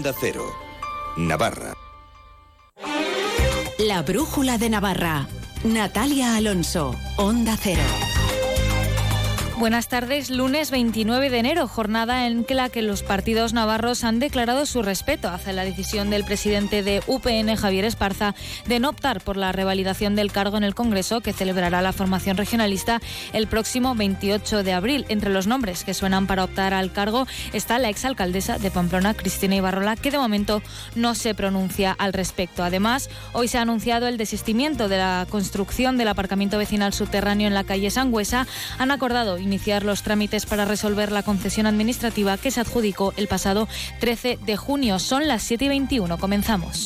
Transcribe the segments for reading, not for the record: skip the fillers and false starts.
Onda Cero, Navarra. La brújula de Navarra. Natalia Alonso, Onda Cero. Buenas tardes, lunes 29 de enero, jornada en la que los partidos navarros han declarado su respeto hacia la decisión del presidente de UPN, Javier Esparza, de no optar por la revalidación del cargo en el Congreso que celebrará la formación regionalista el próximo 28 de abril. Entre los nombres que suenan para optar al cargo está la exalcaldesa de Pamplona, Cristina Ibarrola, que de momento no se pronuncia al respecto. Además, hoy se ha anunciado el desistimiento de la construcción del aparcamiento vecinal subterráneo en la calle Sangüesa. Han acordado iniciar los trámites para resolver la concesión administrativa que se adjudicó el pasado 13 de junio. Son las 7:21. Comenzamos.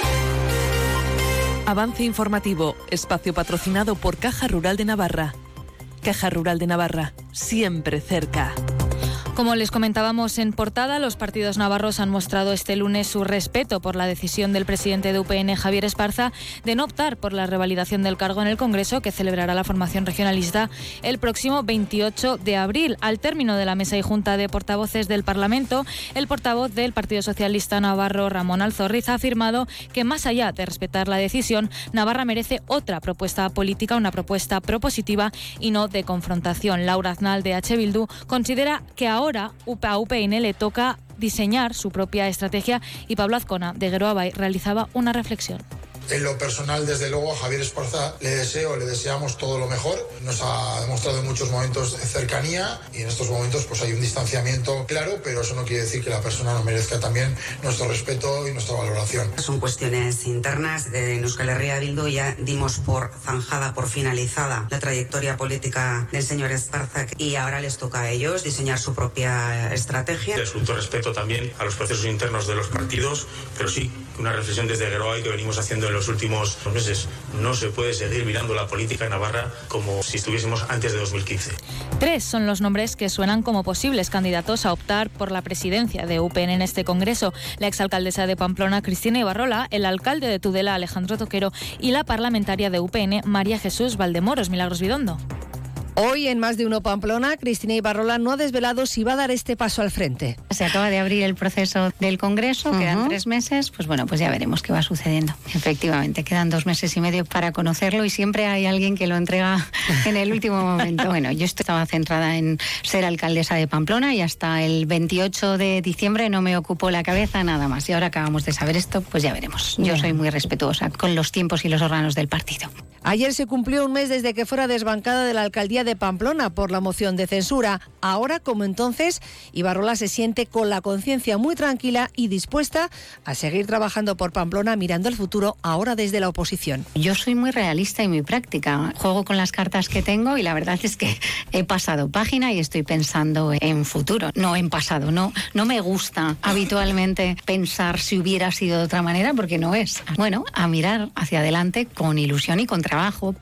Avance informativo, espacio patrocinado por Caja Rural de Navarra. Caja Rural de Navarra, siempre cerca. Como les comentábamos en portada, los partidos navarros han mostrado este lunes su respeto por la decisión del presidente de UPN, Javier Esparza, de no optar por la revalidación del cargo en el Congreso que celebrará la formación regionalista el próximo 28 de abril. Al término de la mesa y junta de portavoces del Parlamento, el portavoz del Partido Socialista Navarro, Ramón Alzorriz, ha afirmado que más allá de respetar la decisión, Navarra merece otra propuesta política, una propuesta propositiva y no de confrontación. Laura Aznal, de H. Bildu, considera que ahora a UPN le toca diseñar su propia estrategia y Pablo Azcona, de Geroa Bai, realizaba una reflexión. En lo personal, desde luego, a Javier Esparza le deseamos todo lo mejor. Nos ha demostrado en muchos momentos cercanía y en estos momentos pues hay un distanciamiento claro, pero eso no quiere decir que la persona no merezca también nuestro respeto y nuestra valoración. Son cuestiones internas. En Euskal Herria Bildu ya dimos por zanjada, por finalizada la trayectoria política del señor Esparza y ahora les toca a ellos diseñar su propia estrategia. Absoluto respeto también a los procesos internos de los partidos, pero sí, una reflexión desde Geroa que venimos haciendo en los últimos meses. No se puede seguir mirando la política en Navarra como si estuviésemos antes de 2015. 3 son los nombres que suenan como posibles candidatos a optar por la presidencia de UPN en este Congreso: la exalcaldesa de Pamplona, Cristina Ibarrola, el alcalde de Tudela, Alejandro Toquero, y la parlamentaria de UPN, María Jesús Valdemoros. Milagros Bidondo. Hoy, en Más de Uno Pamplona, Cristina Ibarrola no ha desvelado si va a dar este paso al frente. Se acaba de abrir el proceso del Congreso, quedan 3 meses, pues bueno, pues ya veremos qué va sucediendo. Efectivamente, quedan 2 meses y medio para conocerlo y siempre hay alguien que lo entrega en el último momento. Bueno, yo estaba centrada en ser alcaldesa de Pamplona y hasta el 28 de diciembre no me ocupó la cabeza nada más. Y ahora acabamos de saber esto, pues ya veremos. Yo soy muy respetuosa con los tiempos y los órganos del partido. Ayer se cumplió un mes desde que fuera desbancada de la alcaldía de Pamplona por la moción de censura. Ahora, como entonces, Ibarrola se siente con la conciencia muy tranquila y dispuesta a seguir trabajando por Pamplona mirando el futuro, ahora desde la oposición. Yo soy muy realista y muy práctica. Juego con las cartas que tengo y la verdad es que he pasado página y estoy pensando en futuro, no en pasado. No me gusta habitualmente pensar si hubiera sido de otra manera porque no es. Bueno, a mirar hacia adelante con ilusión y con trabajo.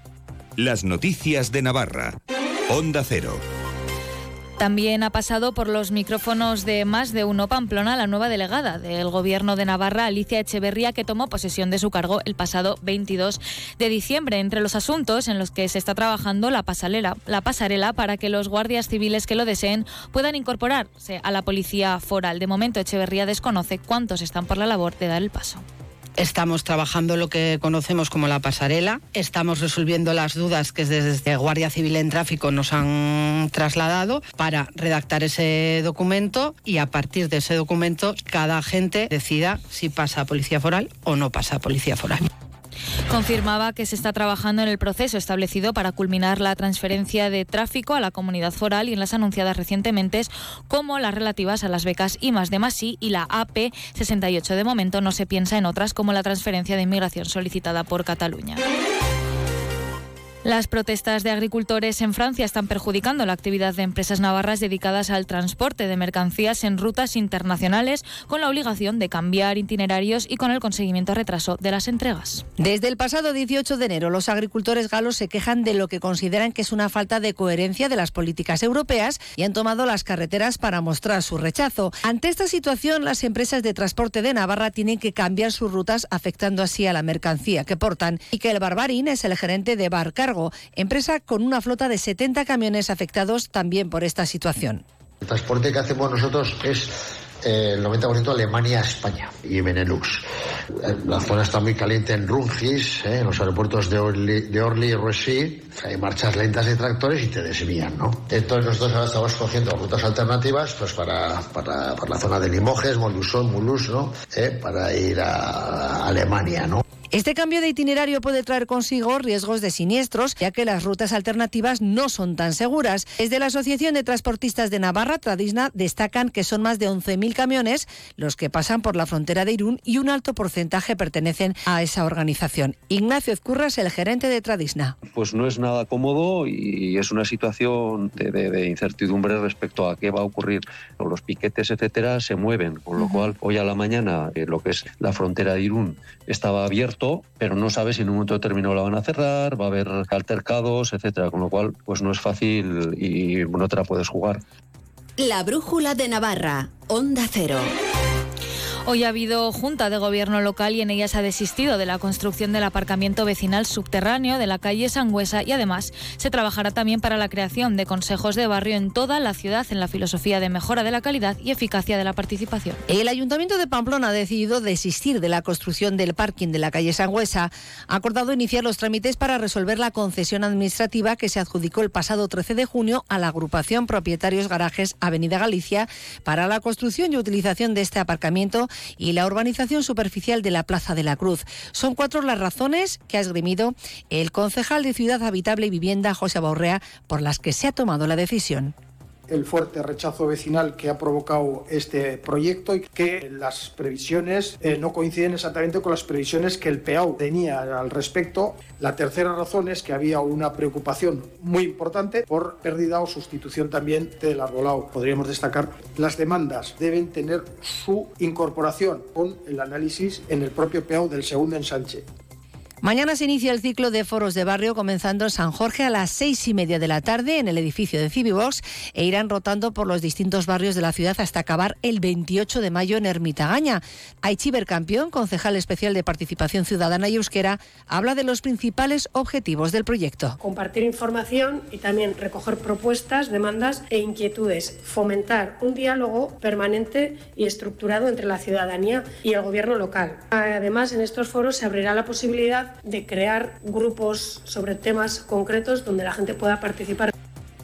Las noticias de Navarra. Onda Cero. También ha pasado por los micrófonos de Más de Uno Pamplona la nueva delegada del Gobierno de Navarra, Alicia Echeverría, que tomó posesión de su cargo el pasado 22 de diciembre. Entre los asuntos en los que se está trabajando la pasarela para que los guardias civiles que lo deseen puedan incorporarse a la Policía Foral. De momento, Echeverría desconoce cuántos están por la labor de dar el paso. Estamos trabajando lo que conocemos como la pasarela, estamos resolviendo las dudas que desde Guardia Civil en Tráfico nos han trasladado para redactar ese documento y a partir de ese documento cada agente decida si pasa a Policía Foral o no pasa a Policía Foral. Confirmaba que se está trabajando en el proceso establecido para culminar la transferencia de tráfico a la comunidad foral y en las anunciadas recientemente, como las relativas a las becas I+D+I y la AP68. De momento no se piensa en otras, como la transferencia de inmigración solicitada por Cataluña. Las protestas de agricultores en Francia están perjudicando la actividad de empresas navarras dedicadas al transporte de mercancías en rutas internacionales, con la obligación de cambiar itinerarios y con el conseguimiento retraso de las entregas. Desde el pasado 18 de enero, los agricultores galos se quejan de lo que consideran que es una falta de coherencia de las políticas europeas y han tomado las carreteras para mostrar su rechazo. Ante esta situación, las empresas de transporte de Navarra tienen que cambiar sus rutas, afectando así a la mercancía que portan. Miquel Barbarín es el gerente de Barcargo, empresa con una flota de 70 camiones afectados también por esta situación. El transporte que hacemos nosotros es el 90% Alemania-España y Benelux. La zona está muy caliente en Rungis, en los aeropuertos de Orly y Roissy. Hay marchas lentas de tractores y te desvían, ¿no? Entonces nosotros ahora estamos cogiendo rutas alternativas pues para la zona de Limoges, Montluçon, Mulhouse, ¿no? Para ir a Alemania, ¿no? Este cambio de itinerario puede traer consigo riesgos de siniestros, ya que las rutas alternativas no son tan seguras. Desde la Asociación de Transportistas de Navarra, Tradisna, destacan que son más de 11.000 camiones los que pasan por la frontera de Irún y un alto porcentaje pertenecen a esa organización. Ignacio Ezcurra es el gerente de Tradisna. Pues no es nada cómodo y es una situación de incertidumbre respecto a qué va a ocurrir. Los piquetes, etcétera, se mueven, con lo cual hoy a la mañana lo que es la frontera de Irún estaba abierto, pero no sabe si en un momento determinado la van a cerrar, va a haber altercados, etcétera, con lo cual pues no es fácil y no te la puedes jugar. La brújula de Navarra, Onda Cero. Hoy ha habido junta de gobierno local y en ella se ha desistido de la construcción del aparcamiento vecinal subterráneo de la calle Sangüesa y además se trabajará también para la creación de consejos de barrio en toda la ciudad en la filosofía de mejora de la calidad y eficacia de la participación. El Ayuntamiento de Pamplona ha decidido desistir de la construcción del parking de la calle Sangüesa. Ha acordado iniciar los trámites para resolver la concesión administrativa que se adjudicó el pasado 13 de junio a la agrupación Propietarios Garajes Avenida Galicia para la construcción y utilización de este aparcamiento y la urbanización superficial de la Plaza de la Cruz. Son 4 las razones que ha esgrimido el concejal de Ciudad Habitable y Vivienda, José Baurrea, por las que se ha tomado la decisión. El fuerte rechazo vecinal que ha provocado este proyecto y que las previsiones no coinciden exactamente con las previsiones que el PEAU tenía al respecto. La tercera razón es que había una preocupación muy importante por pérdida o sustitución también del arbolado. Podríamos destacar las demandas deben tener su incorporación con el análisis en el propio PEAU del segundo ensanche. Mañana se inicia el ciclo de foros de barrio, comenzando en San Jorge a las 6:30 de la tarde en el edificio de Civivox e irán rotando por los distintos barrios de la ciudad hasta acabar el 28 de mayo en Ermitaña. Aichiber Campión, concejal especial de Participación Ciudadana y Euskera, habla de los principales objetivos del proyecto. Compartir información y también recoger propuestas, demandas e inquietudes. Fomentar un diálogo permanente y estructurado entre la ciudadanía y el gobierno local. Además, en estos foros se abrirá la posibilidad de crear grupos sobre temas concretos donde la gente pueda participar.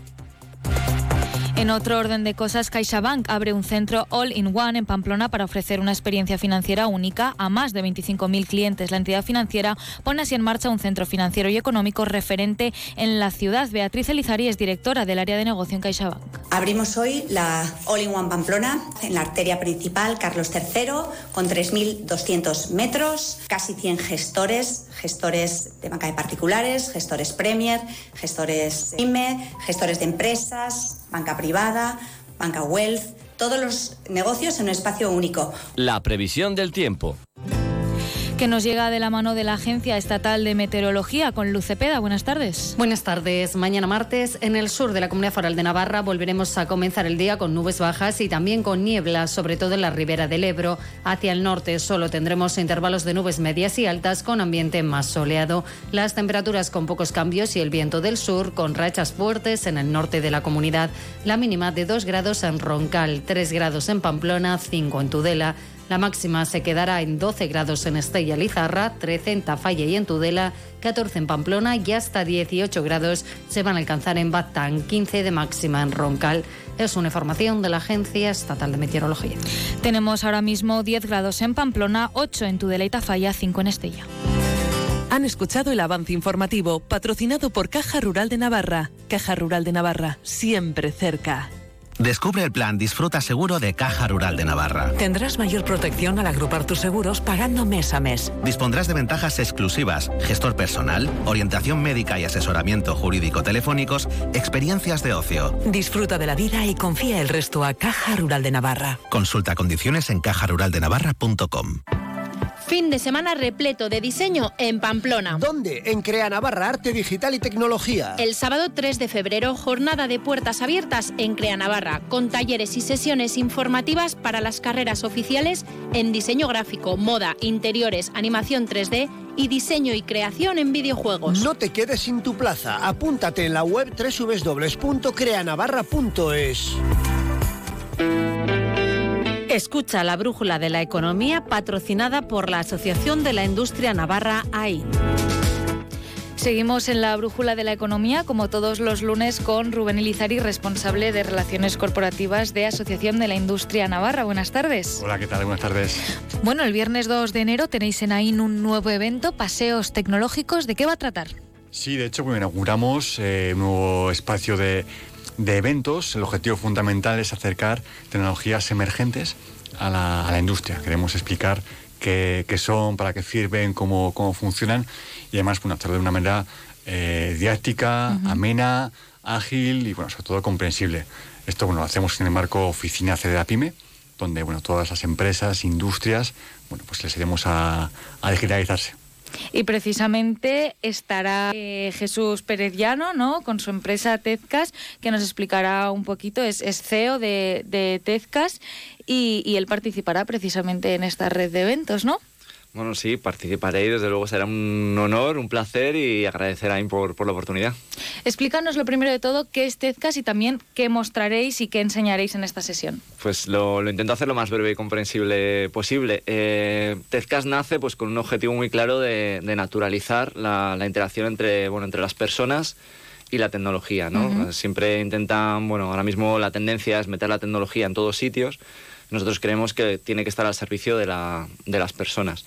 En otro orden de cosas, CaixaBank abre un centro all-in-one en Pamplona para ofrecer una experiencia financiera única a más de 25.000 clientes. La entidad financiera pone así en marcha un centro financiero y económico referente en la ciudad. Beatriz Elizari es directora del área de negocio en CaixaBank. Abrimos hoy la All-in-One Pamplona en la arteria principal Carlos III con 3.200 metros, casi 100 gestores de banca de particulares, gestores Premier, gestores PYME, gestores de empresas, banca privada, banca Wealth, todos los negocios en un espacio único. La previsión del tiempo, que nos llega de la mano de la Agencia Estatal de Meteorología con Luz Cepeda. Buenas tardes. Buenas tardes. Mañana martes en el sur de la Comunidad Foral de Navarra volveremos a comenzar el día con nubes bajas y también con niebla, sobre todo en la ribera del Ebro. Hacia el norte solo tendremos intervalos de nubes medias y altas con ambiente más soleado. Las temperaturas con pocos cambios y el viento del sur con rachas fuertes en el norte de la comunidad. La mínima de 2 grados en Roncal, 3 grados en Pamplona, 5 en Tudela. La máxima se quedará en 12 grados en Estella Lizarra, 13 en Tafalla y en Tudela, 14 en Pamplona y hasta 18 grados se van a alcanzar en Batán, 15 de máxima en Roncal. Es una información de la Agencia Estatal de Meteorología. Tenemos ahora mismo 10 grados en Pamplona, 8 en Tudela y Tafalla, 5 en Estella. Han escuchado el avance informativo patrocinado por Caja Rural de Navarra. Caja Rural de Navarra, siempre cerca. Descubre el plan Disfruta Seguro de Caja Rural de Navarra. Tendrás mayor protección al agrupar tus seguros pagando mes a mes. Dispondrás de ventajas exclusivas, gestor personal, orientación médica y asesoramiento jurídico telefónicos, experiencias de ocio. Disfruta de la vida y confía el resto a Caja Rural de Navarra. Consulta condiciones en cajaruraldenavarra.com. Fin de semana repleto de diseño en Pamplona. ¿Dónde? En Crea Navarra, Arte Digital y Tecnología. El sábado 3 de febrero, jornada de puertas abiertas en Crea Navarra, con talleres y sesiones informativas para las carreras oficiales en diseño gráfico, moda, interiores, animación 3D y diseño y creación en videojuegos. No te quedes sin tu plaza. Apúntate en la web www.creanavarra.es. Escucha la brújula de la economía patrocinada por la Asociación de la Industria Navarra AIN. Seguimos en la brújula de la economía, como todos los lunes, con Rubén Ilizari, responsable de Relaciones Corporativas de Asociación de la Industria Navarra. Buenas tardes. Hola, ¿qué tal? Buenas tardes. Bueno, el viernes 2 de enero tenéis en AIN un nuevo evento, Paseos Tecnológicos. ¿De qué va a tratar? Sí, de hecho, inauguramos un nuevo espacio de eventos. El objetivo fundamental es acercar tecnologías emergentes a la industria. Queremos explicar qué son, para qué sirven, cómo funcionan y además hacerlo de una manera didáctica, amena, ágil y sobre todo comprensible. Esto lo hacemos en el marco Oficina CDA PYME, donde todas las empresas, industrias, pues les iremos a digitalizarse. Y precisamente estará Jesús Pérez Llano, ¿no?, con su empresa Tezcas, que nos explicará un poquito, es CEO de Tezcas, y él participará precisamente en esta red de eventos, ¿no? Bueno, sí, participaré y desde luego será un honor, un placer y agradecer a AIN por la oportunidad. Explícanos lo primero de todo qué es Tezcas y también qué mostraréis y qué enseñaréis en esta sesión. Pues lo intento hacer lo más breve y comprensible posible. Tezcas nace con un objetivo muy claro de naturalizar la interacción entre las personas y la tecnología, ¿no? Uh-huh. Siempre intentan, ahora mismo la tendencia es meter la tecnología en todos sitios. Nosotros creemos que tiene que estar al servicio de las personas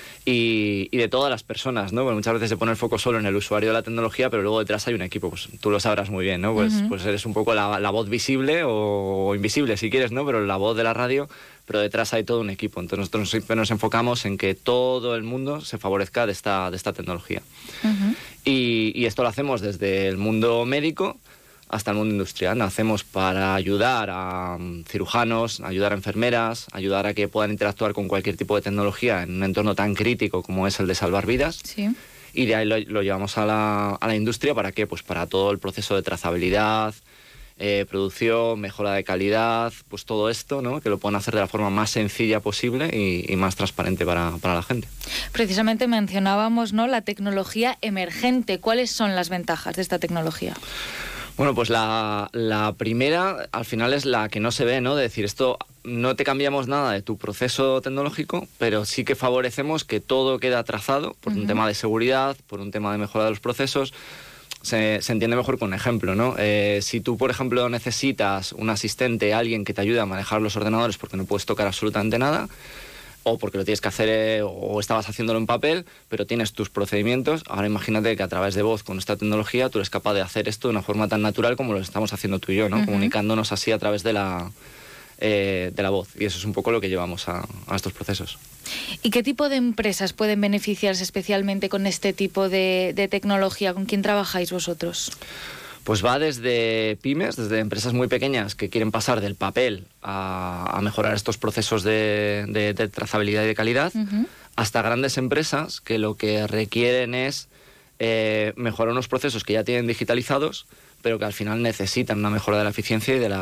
y de todas las personas, ¿no? Porque muchas veces se pone el foco solo en el usuario de la tecnología, pero luego detrás hay un equipo, pues tú lo sabrás muy bien, ¿no? Pues eres un poco la voz visible o invisible si quieres, ¿no? Pero la voz de la radio, pero detrás hay todo un equipo. Entonces nosotros siempre nos enfocamos en que todo el mundo se favorezca de esta tecnología. Uh-huh. Y esto lo hacemos desde el mundo médico hasta el mundo industrial. Lo hacemos para ayudar a cirujanos, ayudar a enfermeras, ayudar a que puedan interactuar con cualquier tipo de tecnología en un entorno tan crítico como es el de salvar vidas. Sí. Y de ahí lo llevamos a la industria. ¿Para qué? Pues para todo el proceso de trazabilidad, producción, mejora de calidad, pues todo esto, ¿no?, que lo puedan hacer de la forma más sencilla posible y más transparente para la gente. Precisamente mencionábamos, ¿no?, la tecnología emergente. ¿Cuáles son las ventajas de esta tecnología? Bueno, pues la primera al final es la que no se ve, ¿no? De decir, esto no te cambiamos nada de tu proceso tecnológico, pero sí que favorecemos que todo queda trazado por un tema de seguridad, por un tema de mejora de los procesos. Se entiende mejor con un ejemplo, ¿no? Si tú, por ejemplo, necesitas un asistente, alguien que te ayude a manejar los ordenadores porque no puedes tocar absolutamente nada, o porque lo tienes que hacer o estabas haciéndolo en papel, pero tienes tus procedimientos. Ahora imagínate que a través de voz, con esta tecnología, tú eres capaz de hacer esto de una forma tan natural como lo estamos haciendo tú y yo, ¿no? Uh-huh. Comunicándonos así a través de la voz. Y eso es un poco lo que llevamos a estos procesos. ¿Y qué tipo de empresas pueden beneficiarse especialmente con este tipo de tecnología? ¿Con quién trabajáis vosotros? Pues va desde pymes, desde empresas muy pequeñas que quieren pasar del papel a mejorar estos procesos de trazabilidad y de calidad, uh-huh, hasta grandes empresas que lo que requieren es mejorar unos procesos que ya tienen digitalizados, pero que al final necesitan una mejora de la eficiencia y de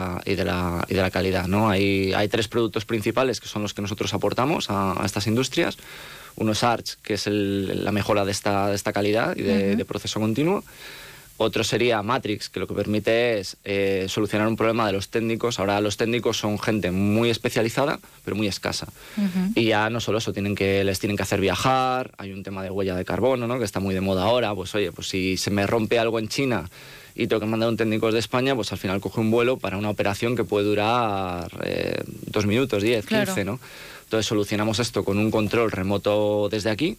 la calidad, ¿no? Hay 3 productos principales que son los que nosotros aportamos a estas industrias. Uno es Arch, que es la mejora de esta calidad y de proceso continuo. Otro sería Matrix, que lo que permite es solucionar un problema de los técnicos. Ahora los técnicos son gente muy especializada, pero muy escasa. Uh-huh. Y ya no solo eso, les tienen que hacer viajar, hay un tema de huella de carbono, ¿no?, que está muy de moda ahora. Pues oye, pues si se me rompe algo en China y tengo que mandar un técnico desde España, pues al final coge un vuelo para una operación que puede durar 2 minutos, 10, claro, 15, ¿no? Entonces solucionamos esto con un control remoto desde aquí.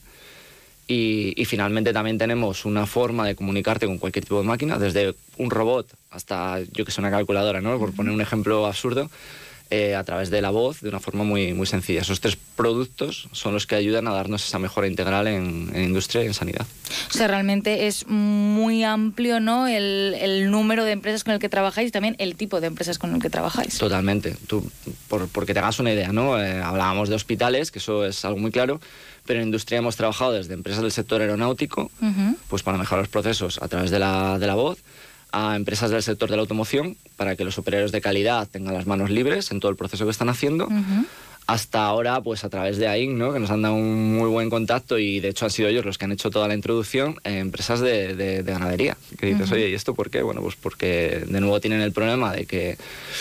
Y finalmente también tenemos una forma de comunicarte con cualquier tipo de máquina, desde un robot hasta, yo que sé, una calculadora, ¿no?, por poner un ejemplo absurdo, a través de la voz, de una forma muy, muy sencilla. Esos 3 productos son los que ayudan a darnos esa mejora integral en industria y en sanidad. O sea, realmente es muy amplio, ¿no?, el número de empresas con el que trabajáis y también el tipo de empresas con el que trabajáis. Totalmente. Tú, porque te hagas una idea, ¿no? Hablábamos de hospitales, que eso es algo muy claro, pero en industria hemos trabajado desde empresas del sector aeronáutico, uh-huh, pues para mejorar los procesos a través de la voz, a empresas del sector de la automoción, para que los operarios de calidad tengan las manos libres en todo el proceso que están haciendo, uh-huh, hasta ahora, pues a través de AIN, ¿no? Que nos han dado un muy buen contacto y de hecho han sido ellos los que han hecho toda la introducción, empresas de ganadería. Que dices, oye, ¿y esto por qué? Bueno, pues porque de nuevo tienen el problema de que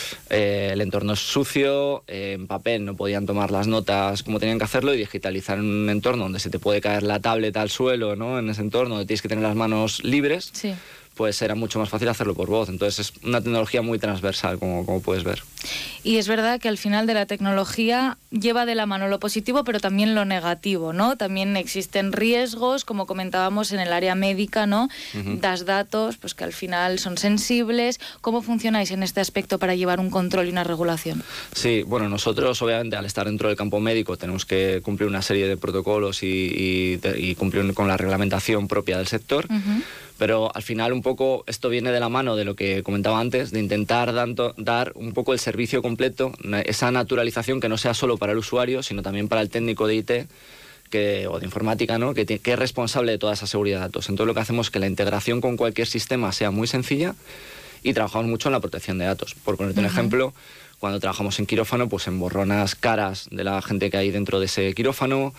el entorno es sucio, en papel no podían tomar las notas como tenían que hacerlo, y digitalizar en un entorno donde se te puede caer la tablet al suelo, ¿no? En ese entorno donde tienes que tener las manos libres. Sí. Pues era mucho más fácil hacerlo por voz. Entonces es una tecnología muy transversal, como puedes ver. Y es verdad que al final de la tecnología lleva de la mano lo positivo, pero también lo negativo, ¿no? También existen riesgos, como comentábamos en el área médica, ¿no? Das datos, pues que al final son sensibles. ¿Cómo funcionáis en este aspecto para llevar un control y una regulación? Sí, bueno, nosotros obviamente al estar dentro del campo médico tenemos que cumplir una serie de protocolos y cumplir con la reglamentación propia del sector. Pero al final un poco esto viene de la mano de lo que comentaba antes, de intentar dar un poco el servicio completo, esa naturalización que no sea solo para el usuario, sino también para el técnico de IT o de informática, ¿no? que es responsable de toda esa seguridad de datos. Entonces lo que hacemos es que la integración con cualquier sistema sea muy sencilla y trabajamos mucho en la protección de datos. Por ponerte un ejemplo, cuando trabajamos en quirófano, pues emborronas caras de la gente que hay dentro de ese quirófano,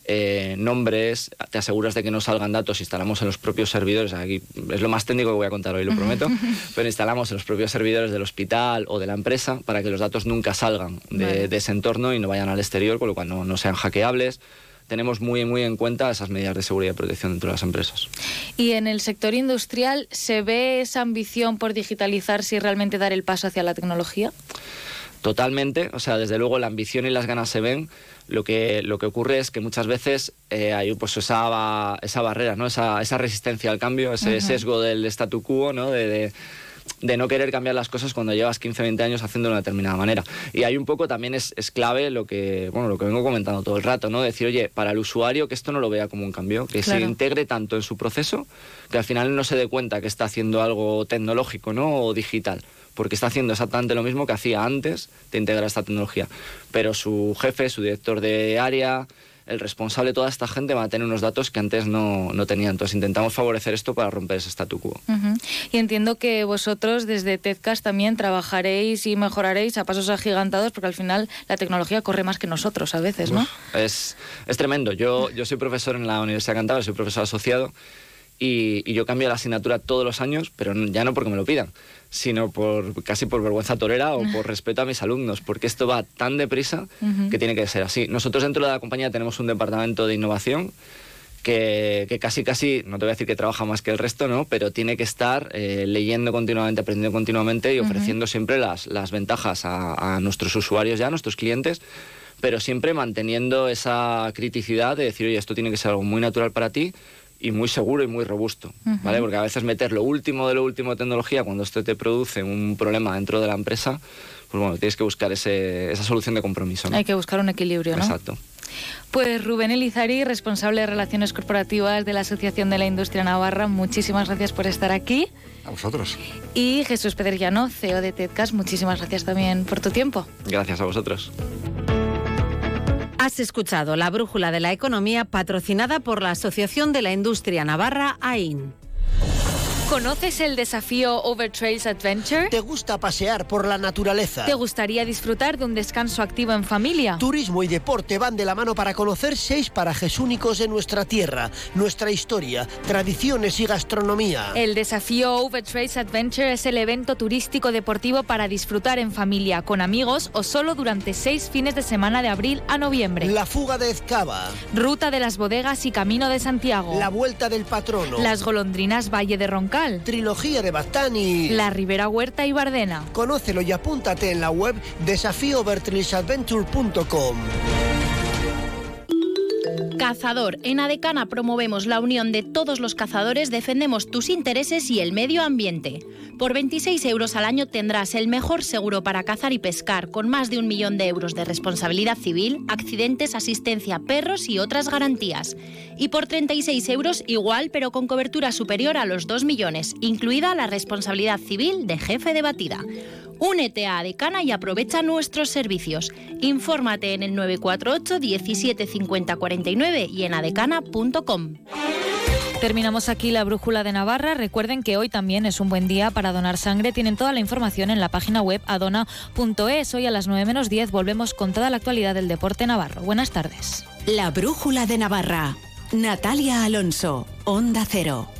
nombres, te aseguras de que no salgan datos, instalamos en los propios servidores, aquí es lo más técnico que voy a contar hoy, lo prometo, pero instalamos en los propios servidores del hospital o de la empresa para que los datos nunca salgan de ese entorno y no vayan al exterior, con lo cual no sean hackeables. Tenemos muy en cuenta esas medidas de seguridad y protección dentro de las empresas. Y en el sector industrial, ¿se ve esa ambición por digitalizarse y realmente dar el paso hacia la tecnología? Totalmente, o sea, desde luego la ambición y las ganas se ven. Lo que ocurre es que muchas veces hay pues esa barrera, ¿no? Esa resistencia al cambio, ese sesgo del statu quo, ¿no? De no querer cambiar las cosas cuando llevas 15 o 20 años haciendo de una determinada manera. Y hay un poco también es clave lo que vengo comentando todo el rato, ¿no? Decir, oye, para el usuario que esto no lo vea como un cambio, que se integre tanto en su proceso que al final no se dé cuenta que está haciendo algo tecnológico, ¿no? O digital, porque está haciendo exactamente lo mismo que hacía antes de integrar esta tecnología. Pero su jefe, su director de área, el responsable, toda esta gente va a tener unos datos que antes no tenía. Entonces intentamos favorecer esto para romper ese statu quo. Y entiendo que vosotros desde TEDcast también trabajaréis y mejoraréis a pasos agigantados, porque al final la tecnología corre más que nosotros a veces, ¿no? Es tremendo. Yo soy profesor en la Universidad de Cantabria, soy profesor asociado, y yo cambio la asignatura todos los años, pero ya no porque me lo pidan, sino casi por vergüenza torera o por respeto a mis alumnos, porque esto va tan deprisa que tiene que ser así. Nosotros dentro de la compañía tenemos un departamento de innovación que casi, no te voy a decir que trabaja más que el resto, ¿no? Pero tiene que estar leyendo continuamente, aprendiendo continuamente y ofreciendo siempre las ventajas a nuestros usuarios, a nuestros clientes, pero siempre manteniendo esa criticidad de decir, oye, esto tiene que ser algo muy natural para ti y muy seguro y muy robusto, ¿vale? Porque a veces meter lo último de tecnología cuando esto te produce un problema dentro de la empresa, pues bueno, tienes que buscar esa solución de compromiso, ¿no? Hay que buscar un equilibrio, ¿no? Exacto. Pues Rubén Elizari, responsable de Relaciones Corporativas de la Asociación de la Industria Navarra, muchísimas gracias por estar aquí. A vosotros. Y Jesús Pedrellano, CEO de TEDcast, muchísimas gracias también por tu tiempo. Gracias a vosotros. Has escuchado La Brújula de la Economía, patrocinada por la Asociación de la Industria Navarra, AIN. ¿Conoces el desafío Overtrails Adventure? ¿Te gusta pasear por la naturaleza? ¿Te gustaría disfrutar de un descanso activo en familia? Turismo y deporte van de la mano para conocer 6 parajes únicos de nuestra tierra, nuestra historia, tradiciones y gastronomía. El desafío Overtrails Adventure es el evento turístico deportivo para disfrutar en familia, con amigos o solo durante 6 fines de semana de abril a noviembre. La fuga de Ezcaba. Ruta de las Bodegas y Camino de Santiago. La Vuelta del Patrono. Las Golondrinas Valle de Roncal. Trilogía de Baztán y La Ribera Huerta y Bardena. Conócelo y apúntate en la web desafíoovertrailsadventure.com. Cazador. En Adecana promovemos la unión de todos los cazadores, defendemos tus intereses y el medio ambiente. Por 26 euros al año tendrás el mejor seguro para cazar y pescar, con más de 1 millón de euros de responsabilidad civil, accidentes, asistencia a perros y otras garantías. Y por 36 euros igual, pero con cobertura superior a los 2 millones, incluida la responsabilidad civil de jefe de batida. Únete a Adecana y aprovecha nuestros servicios. Infórmate en el 948 17 50 49 y en adecana.com. Terminamos aquí la Brújula de Navarra. Recuerden que hoy también es un buen día para donar sangre. Tienen toda la información en la página web adona.es. Hoy a las 9:10 volvemos con toda la actualidad del deporte navarro. Buenas tardes. La Brújula de Navarra. Natalia Alonso, Onda Cero.